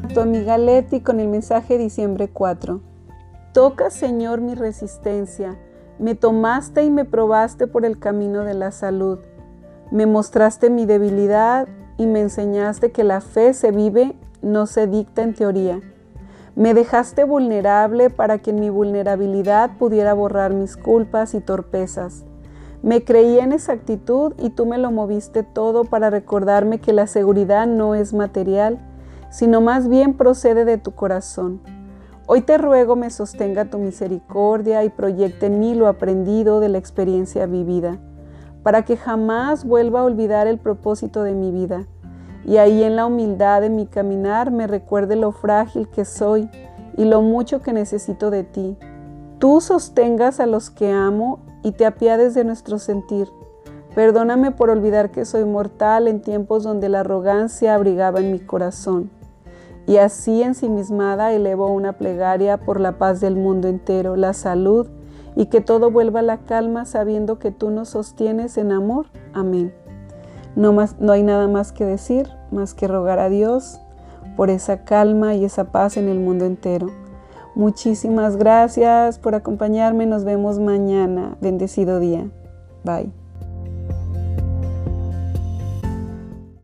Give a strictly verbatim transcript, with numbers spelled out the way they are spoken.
Tu amiga Leti con el mensaje diciembre cuatro. Toca, Señor, mi resistencia. Me tomaste y me probaste por el camino de la salud. Me mostraste mi debilidad y me enseñaste que la fe se vive, no se dicta en teoría. Me dejaste vulnerable para que en mi vulnerabilidad pudiera borrar mis culpas y torpezas. Me creí en esa actitud y tú me lo moviste todo para recordarme que la seguridad no es material, sino más bien procede de tu corazón. Hoy te ruego me sostenga tu misericordia y proyecte en mí lo aprendido de la experiencia vivida, para que jamás vuelva a olvidar el propósito de mi vida, y ahí en la humildad de mi caminar me recuerde lo frágil que soy y lo mucho que necesito de ti. Tú sostengas a los que amo y te apiades de nuestro sentir. Perdóname por olvidar que soy mortal en tiempos donde la arrogancia abrigaba en mi corazón. Y así ensimismada elevo una plegaria por la paz del mundo entero, la salud y que todo vuelva a la calma sabiendo que tú nos sostienes en amor. Amén. No, más, no hay nada más que decir, más que rogar a Dios por esa calma y esa paz en el mundo entero. Muchísimas gracias por acompañarme. Nos vemos mañana. Bendecido día. Bye.